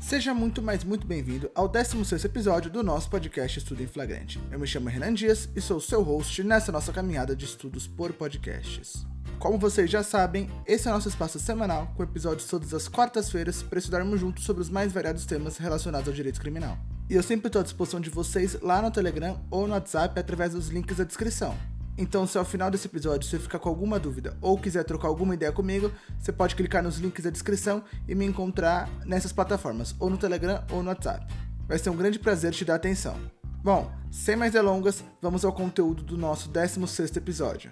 Seja muito bem-vindo ao 16º episódio do nosso podcast Estudo em Flagrante. Eu me chamo Renan Dias e sou seu host nessa nossa caminhada de estudos por podcasts. Como vocês já sabem, esse é o nosso espaço semanal, com episódios todas as quartas-feiras, para estudarmos juntos sobre os mais variados temas relacionados ao direito criminal. E eu sempre estou à disposição de vocês lá no Telegram ou no WhatsApp através dos links da descrição. Então, se ao final desse episódio você ficar com alguma dúvida ou quiser trocar alguma ideia comigo, você pode clicar nos links da descrição e me encontrar nessas plataformas, ou no Telegram ou no WhatsApp. Vai ser um grande prazer te dar atenção. Bom, sem mais delongas, vamos ao conteúdo do nosso 16º episódio.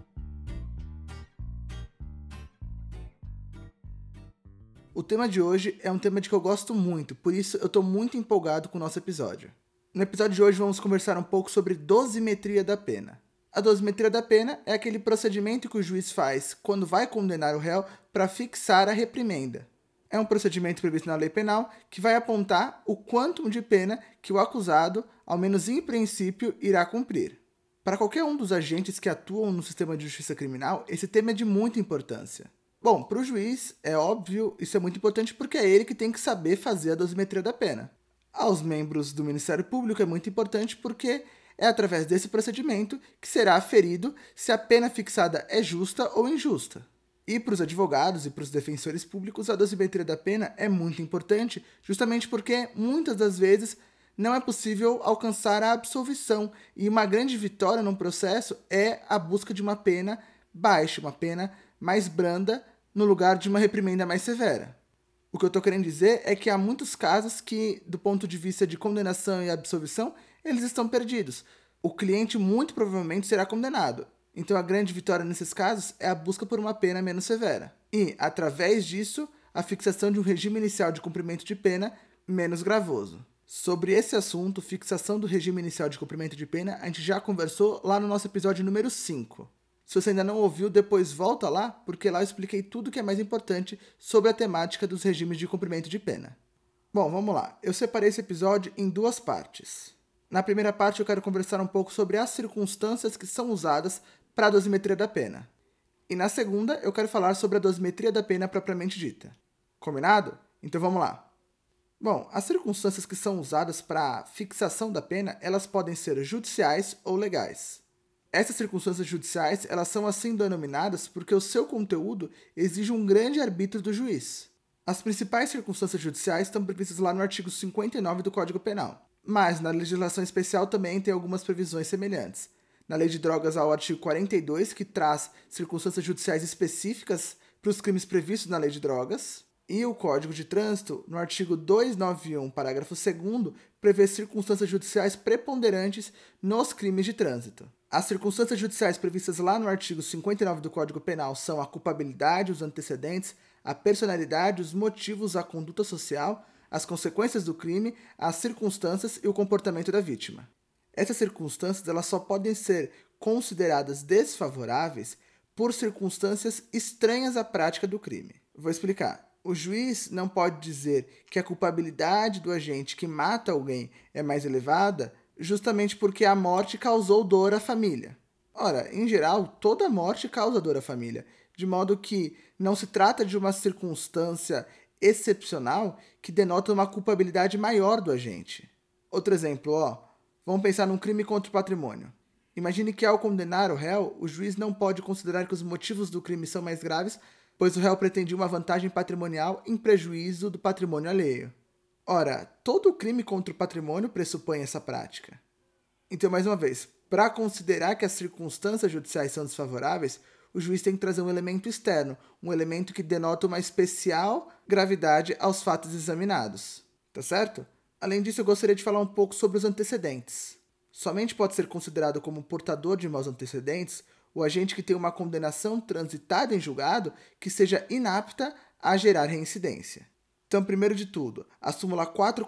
O tema de hoje é um tema de que eu gosto muito, por isso eu estou muito empolgado com o nosso episódio. No episódio de hoje vamos conversar um pouco sobre dosimetria da pena. A dosimetria da pena é aquele procedimento que o juiz faz quando vai condenar o réu para fixar a reprimenda. É um procedimento previsto na lei penal que vai apontar o quantum de pena que o acusado, ao menos em princípio, irá cumprir. Para qualquer um dos agentes que atuam no sistema de justiça criminal, esse tema é de muita importância. Bom, para o juiz, é óbvio, isso é muito importante porque é ele que tem que saber fazer a dosimetria da pena. Aos membros do Ministério Público é muito importante porque é através desse procedimento que será aferido se a pena fixada é justa ou injusta. E para os advogados e para os defensores públicos, a dosimetria da pena é muito importante, justamente porque muitas das vezes não é possível alcançar a absolvição, e uma grande vitória num processo é a busca de uma pena baixa, uma pena mais branda, no lugar de uma reprimenda mais severa. O que eu estou querendo dizer é que há muitos casos que, do ponto de vista de condenação e absolvição, eles estão perdidos. O cliente muito provavelmente será condenado. Então a grande vitória nesses casos é a busca por uma pena menos severa. E, através disso, a fixação de um regime inicial de cumprimento de pena menos gravoso. Sobre esse assunto, fixação do regime inicial de cumprimento de pena, a gente já conversou lá no nosso episódio número 5. Se você ainda não ouviu, depois volta lá, porque lá eu expliquei tudo o que é mais importante sobre a temática dos regimes de cumprimento de pena. Bom, vamos lá. Eu separei esse episódio em duas partes. Na primeira parte eu quero conversar um pouco sobre as circunstâncias que são usadas para a dosimetria da pena. E na segunda eu quero falar sobre a dosimetria da pena propriamente dita. Combinado? Então vamos lá. Bom, as circunstâncias que são usadas para a fixação da pena, elas podem ser judiciais ou legais. Essas circunstâncias judiciais, elas são assim denominadas porque o seu conteúdo exige um grande arbítrio do juiz. As principais circunstâncias judiciais estão previstas lá no artigo 59 do Código Penal. Mas na legislação especial também tem algumas previsões semelhantes. Na lei de drogas há o artigo 42, que traz circunstâncias judiciais específicas para os crimes previstos na lei de drogas. E o Código de Trânsito, no artigo 291, parágrafo 2º, prevê circunstâncias judiciais preponderantes nos crimes de trânsito. As circunstâncias judiciais previstas lá no artigo 59 do Código Penal são a culpabilidade, os antecedentes, a personalidade, os motivos, a conduta social, as consequências do crime, as circunstâncias e o comportamento da vítima. Essas circunstâncias elas só podem ser consideradas desfavoráveis por circunstâncias estranhas à prática do crime. Vou explicar. O juiz não pode dizer que a culpabilidade do agente que mata alguém é mais elevada justamente porque a morte causou dor à família. Ora, em geral, toda morte causa dor à família, de modo que não se trata de uma circunstância excepcional que denota uma culpabilidade maior do agente. Outro exemplo, vamos pensar num crime contra o patrimônio. Imagine que ao condenar o réu, o juiz não pode considerar que os motivos do crime são mais graves, pois o réu pretendia uma vantagem patrimonial em prejuízo do patrimônio alheio. Ora, todo crime contra o patrimônio pressupõe essa prática. Então, mais uma vez, para considerar que as circunstâncias judiciais são desfavoráveis, o juiz tem que trazer um elemento externo, um elemento que denota uma especial gravidade aos fatos examinados. Tá certo? Além disso, eu gostaria de falar um pouco sobre os antecedentes. Somente pode ser considerado como portador de maus antecedentes o agente que tem uma condenação transitada em julgado que seja inapta a gerar reincidência. Então, primeiro de tudo, a súmula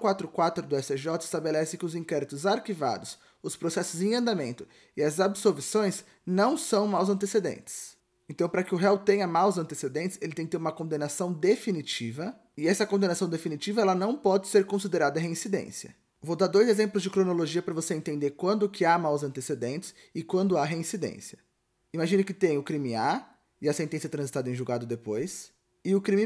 444 do STJ estabelece que os inquéritos arquivados, os processos em andamento e as absolvições não são maus antecedentes. Então, para que o réu tenha maus antecedentes, ele tem que ter uma condenação definitiva, e essa condenação definitiva ela não pode ser considerada reincidência. Vou dar 2 exemplos de cronologia para você entender quando que há maus antecedentes e quando há reincidência. Imagine que tem o crime A e a sentença transitada em julgado depois, e o crime B.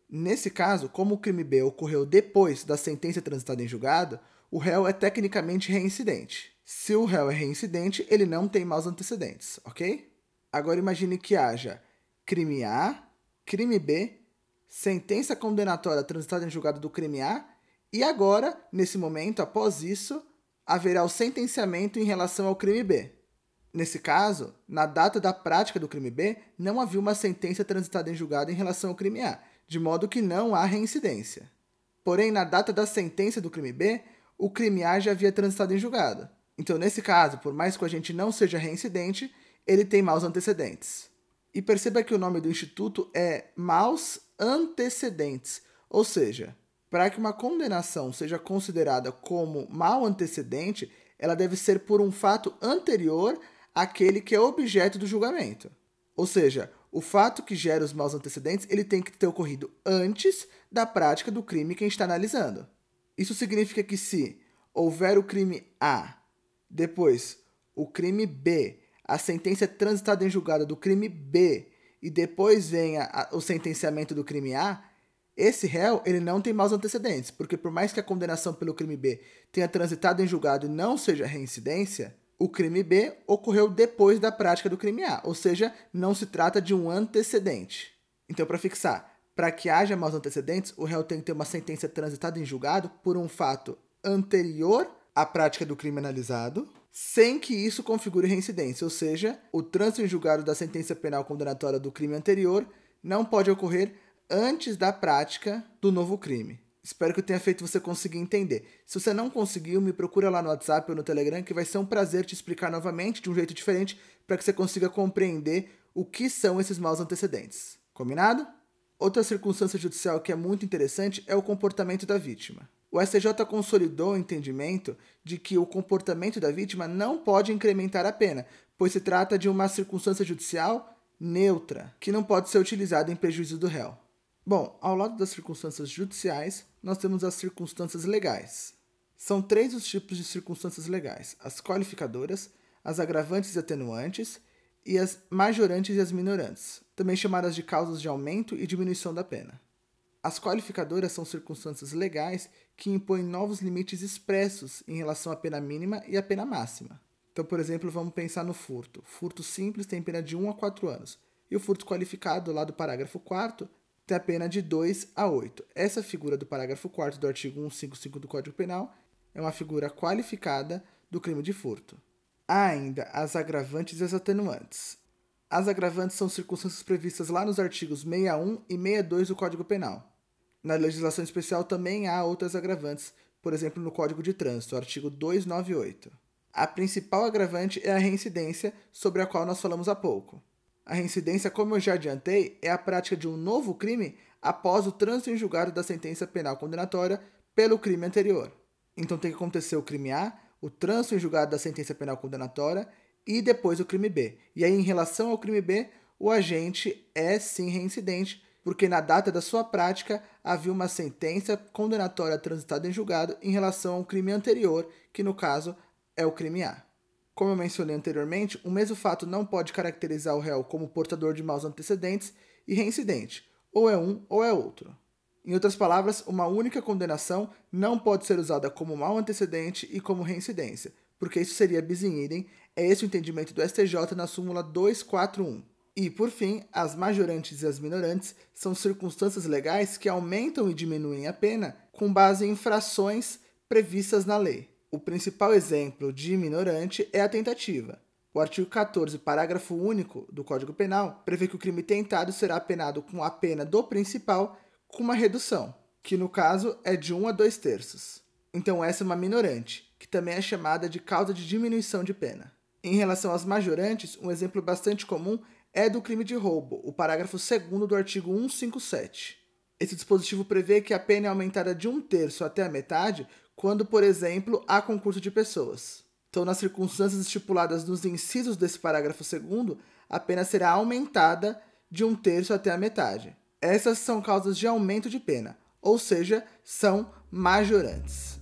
Nesse caso, como o crime B ocorreu depois da sentença transitada em julgado, o réu é tecnicamente reincidente. Se o réu é reincidente, ele não tem maus antecedentes, ok? Agora imagine que haja crime A, crime B, sentença condenatória transitada em julgado do crime A, e agora, nesse momento, após isso, haverá o sentenciamento em relação ao crime B. Nesse caso, na data da prática do crime B, não havia uma sentença transitada em julgado em relação ao crime A, de modo que não há reincidência. Porém, na data da sentença do crime B, o crime A já havia transitado em julgado. Então, nesse caso, por mais que o agente não seja reincidente, ele tem maus antecedentes. E perceba que o nome do instituto é maus antecedentes, ou seja, para que uma condenação seja considerada como mau antecedente, ela deve ser por um fato anterior àquele que é objeto do julgamento. Ou seja, o fato que gera os maus antecedentes, ele tem que ter ocorrido antes da prática do crime que a gente está analisando. Isso significa que se houver o crime A, depois o crime B, a sentença transitada em julgado do crime B, e depois venha o sentenciamento do crime A, esse réu ele não tem maus antecedentes, porque por mais que a condenação pelo crime B tenha transitado em julgado e não seja reincidência, o crime B ocorreu depois da prática do crime A, ou seja, não se trata de um antecedente. Então, para fixar, para que haja maus antecedentes, o réu tem que ter uma sentença transitada em julgado por um fato anterior à prática do crime analisado, sem que isso configure reincidência, ou seja, o trânsito em julgado da sentença penal condenatória do crime anterior não pode ocorrer antes da prática do novo crime. Espero que eu tenha feito você conseguir entender. Se você não conseguiu, me procura lá no WhatsApp ou no Telegram, que vai ser um prazer te explicar novamente, de um jeito diferente, para que você consiga compreender o que são esses maus antecedentes. Combinado? Outra circunstância judicial que é muito interessante é o comportamento da vítima. O STJ consolidou o entendimento de que o comportamento da vítima não pode incrementar a pena, pois se trata de uma circunstância judicial neutra, que não pode ser utilizada em prejuízo do réu. Bom, ao lado das circunstâncias judiciais, nós temos as circunstâncias legais. São 3 os tipos de circunstâncias legais: as qualificadoras, as agravantes e atenuantes, e as majorantes e as minorantes, também chamadas de causas de aumento e diminuição da pena. As qualificadoras são circunstâncias legais que impõem novos limites expressos em relação à pena mínima e à pena máxima. Então, por exemplo, vamos pensar no furto. Furto simples tem pena de 1 a 4 anos, e o furto qualificado, lá do parágrafo 4º, tem a pena de 2 a 8. Essa figura do parágrafo 4º do artigo 155 do Código Penal é uma figura qualificada do crime de furto. Há ainda as agravantes e as atenuantes. As agravantes são circunstâncias previstas lá nos artigos 61 e 62 do Código Penal. Na legislação especial também há outras agravantes, por exemplo, no Código de Trânsito, artigo 298. A principal agravante é a reincidência, sobre a qual nós falamos há pouco. A reincidência, como eu já adiantei, é a prática de um novo crime após o trânsito em julgado da sentença penal condenatória pelo crime anterior. Então tem que acontecer o crime A, o trânsito em julgado da sentença penal condenatória e depois o crime B. E aí, em relação ao crime B, o agente é sim reincidente, porque na data da sua prática havia uma sentença condenatória transitada em julgado em relação ao crime anterior, que no caso é o crime A. Como eu mencionei anteriormente, o mesmo fato não pode caracterizar o réu como portador de maus antecedentes e reincidente, ou é um ou é outro. Em outras palavras, uma única condenação não pode ser usada como mau antecedente e como reincidência, porque isso seria bis in idem, é esse o entendimento do STJ na súmula 241. E, por fim, as majorantes e as minorantes são circunstâncias legais que aumentam e diminuem a pena com base em infrações previstas na lei. O principal exemplo de minorante é a tentativa. O artigo 14, parágrafo único do Código Penal, prevê que o crime tentado será penado com a pena do principal com uma redução, que no caso é de 1 a 2/3. Então essa é uma minorante, que também é chamada de causa de diminuição de pena. Em relação às majorantes, um exemplo bastante comum é do crime de roubo, o parágrafo 2º do artigo 157. Esse dispositivo prevê que a pena é aumentada de 1/3 até a metade quando, por exemplo, há concurso de pessoas. Então, nas circunstâncias estipuladas nos incisos desse parágrafo 2º, a pena será aumentada de 1/3 até a metade. Essas são causas de aumento de pena, ou seja, são majorantes.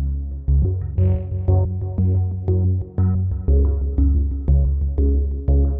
Bom, nessa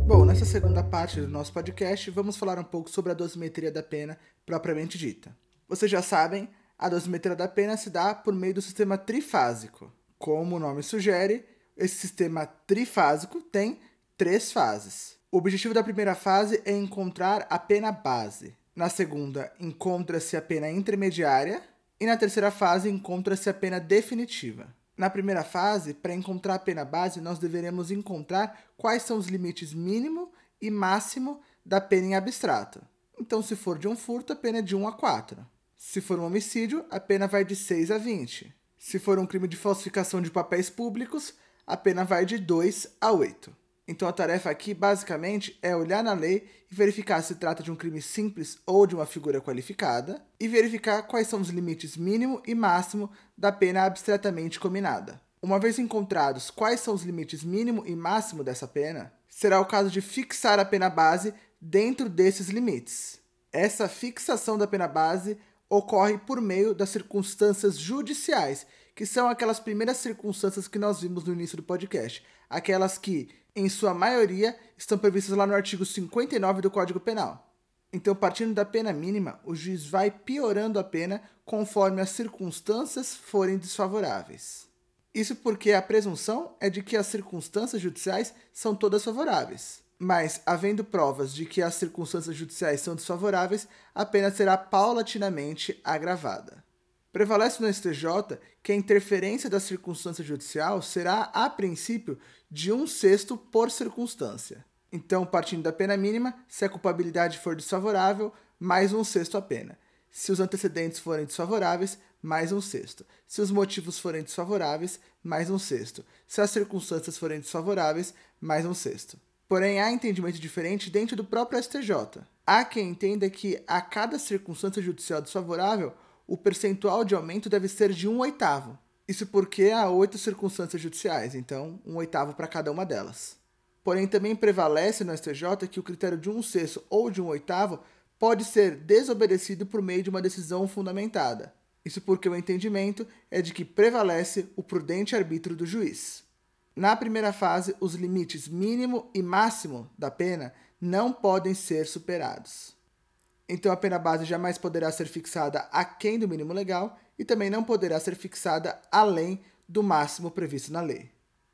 segunda parte do nosso podcast, vamos falar um pouco sobre a dosimetria da pena propriamente dita. Vocês já sabem, a dosimetria da pena se dá por meio do sistema trifásico. Como o nome sugere, esse sistema trifásico tem 3 fases. O objetivo da primeira fase é encontrar a pena base. Na segunda, encontra-se a pena intermediária. E na terceira fase, encontra-se a pena definitiva. Na primeira fase, para encontrar a pena base, nós deveremos encontrar quais são os limites mínimo e máximo da pena em abstrato. Então, se for de um furto, a pena é de 1 a 4. Se for um homicídio, a pena vai de 6 a 20. Se for um crime de falsificação de papéis públicos, a pena vai de 2 a 8. Então a tarefa aqui, basicamente, é olhar na lei e verificar se trata de um crime simples ou de uma figura qualificada e verificar quais são os limites mínimo e máximo da pena abstratamente combinada. Uma vez encontrados quais são os limites mínimo e máximo dessa pena, será o caso de fixar a pena base dentro desses limites. Essa fixação da pena base ocorre por meio das circunstâncias judiciais, que são aquelas primeiras circunstâncias que nós vimos no início do podcast, aquelas que, em sua maioria, estão previstas lá no artigo 59 do Código Penal. Então, partindo da pena mínima, o juiz vai piorando a pena conforme as circunstâncias forem desfavoráveis. Isso porque a presunção é de que as circunstâncias judiciais são todas favoráveis. Mas, havendo provas de que as circunstâncias judiciais são desfavoráveis, a pena será paulatinamente agravada. Prevalece no STJ que a interferência da circunstância judicial será, a princípio, de 1/6 por circunstância. Então, partindo da pena mínima, se a culpabilidade for desfavorável, mais 1/6 a pena. Se os antecedentes forem desfavoráveis, mais 1/6. Se os motivos forem desfavoráveis, mais 1/6. Se as circunstâncias forem desfavoráveis, mais 1/6. Porém, há entendimento diferente dentro do próprio STJ. Há quem entenda que, a cada circunstância judicial desfavorável, o percentual de aumento deve ser de 1/8. Isso porque há 8 circunstâncias judiciais, então 1/8 para cada uma delas. Porém, também prevalece no STJ que o critério de 1/6 ou de 1/8 pode ser desobedecido por meio de uma decisão fundamentada. Isso porque o entendimento é de que prevalece o prudente arbítrio do juiz. Na primeira fase, os limites mínimo e máximo da pena não podem ser superados. Então, a pena base jamais poderá ser fixada aquém do mínimo legal e também não poderá ser fixada além do máximo previsto na lei.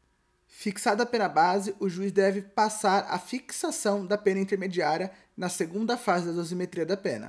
Fixada a pena base, o juiz deve passar a fixação da pena intermediária na segunda fase da dosimetria da pena.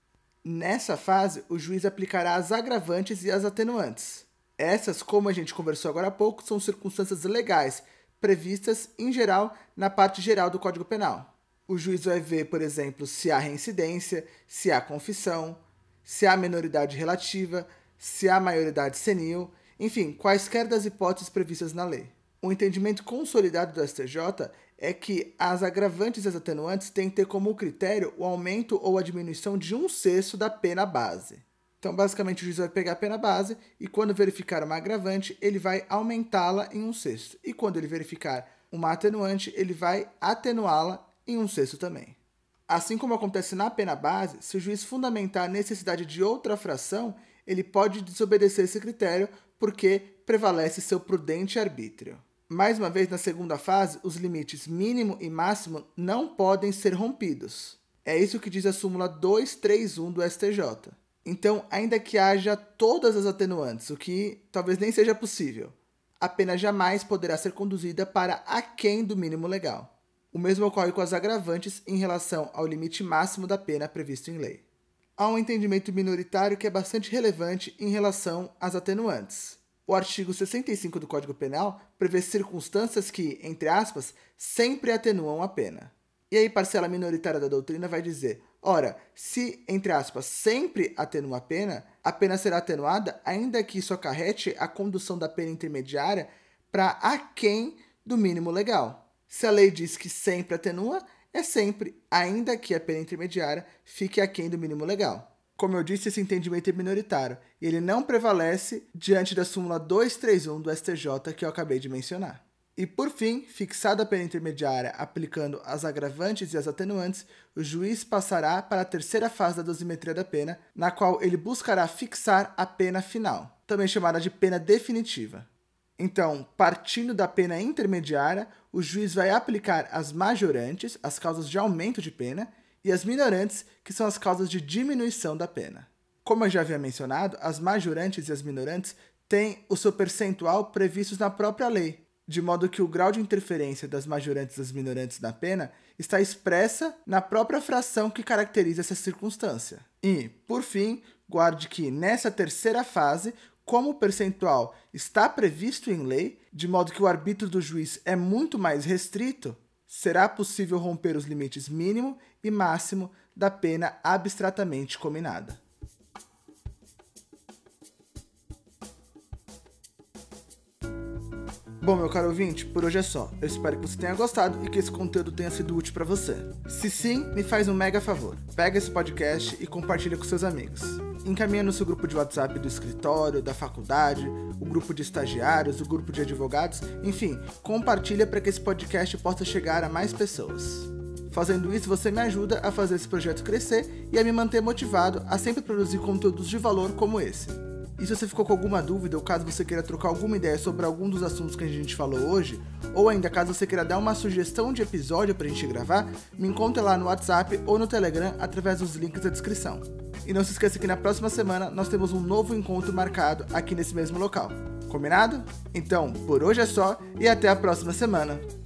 Nessa fase, o juiz aplicará as agravantes e as atenuantes. Essas, como a gente conversou agora há pouco, são circunstâncias legais previstas, em geral, na parte geral do Código Penal. O juiz vai ver, por exemplo, se há reincidência, se há confissão, se há menoridade relativa, se há maioridade senil, enfim, quaisquer das hipóteses previstas na lei. O entendimento consolidado do STJ é que as agravantes e as atenuantes têm que ter como critério o aumento ou a diminuição de 1/6 da pena base. Então, basicamente, o juiz vai pegar a pena base e, quando verificar uma agravante, ele vai aumentá-la em 1/6. E quando ele verificar uma atenuante, ele vai atenuá-la em 1/6 também. Assim como acontece na pena base, se o juiz fundamentar a necessidade de outra fração, ele pode desobedecer esse critério porque prevalece seu prudente arbítrio. Mais uma vez, na segunda fase, os limites mínimo e máximo não podem ser rompidos. É isso que diz a súmula 231 do STJ. Então, ainda que haja todas as atenuantes, o que talvez nem seja possível, a pena jamais poderá ser conduzida para aquém do mínimo legal. O mesmo ocorre com as agravantes em relação ao limite máximo da pena previsto em lei. Há um entendimento minoritário que é bastante relevante em relação às atenuantes. O artigo 65 do Código Penal prevê circunstâncias que, entre aspas, sempre atenuam a pena. E aí, parcela minoritária da doutrina vai dizer, ora, se, entre aspas, sempre atenua a pena será atenuada ainda que isso acarrete a condução da pena intermediária para aquém do mínimo legal. Se a lei diz que sempre atenua, é sempre, ainda que a pena intermediária fique aquém do mínimo legal. Como eu disse, esse entendimento é minoritário e ele não prevalece diante da súmula 231 do STJ que eu acabei de mencionar. E, por fim, fixada a pena intermediária aplicando as agravantes e as atenuantes, o juiz passará para a terceira fase da dosimetria da pena, na qual ele buscará fixar a pena final, também chamada de pena definitiva. Então, partindo da pena intermediária, o juiz vai aplicar as majorantes, as causas de aumento de pena, e as minorantes, que são as causas de diminuição da pena. Como eu já havia mencionado, as majorantes e as minorantes têm o seu percentual previstos na própria lei, de modo que o grau de interferência das majorantes e das minorantes na pena está expressa na própria fração que caracteriza essa circunstância. E, por fim, guarde que nessa terceira fase, como o percentual está previsto em lei, de modo que o arbítrio do juiz é muito mais restrito, será possível romper os limites mínimo e máximo da pena abstratamente combinada. Bom, meu caro ouvinte, por hoje é só. Eu espero que você tenha gostado e que esse conteúdo tenha sido útil para você. Se sim, me faz um mega favor. Pega esse podcast e compartilha com seus amigos. Encaminha no seu grupo de WhatsApp do escritório, da faculdade, o grupo de estagiários, o grupo de advogados, enfim, compartilha para que esse podcast possa chegar a mais pessoas. Fazendo isso, você me ajuda a fazer esse projeto crescer e a me manter motivado a sempre produzir conteúdos de valor como esse. E se você ficou com alguma dúvida ou caso você queira trocar alguma ideia sobre algum dos assuntos que a gente falou hoje, ou ainda caso você queira dar uma sugestão de episódio pra gente gravar, me encontre lá no WhatsApp ou no Telegram através dos links da descrição. E não se esqueça que na próxima semana nós temos um novo encontro marcado aqui nesse mesmo local. Combinado? Então, por hoje é só e até a próxima semana.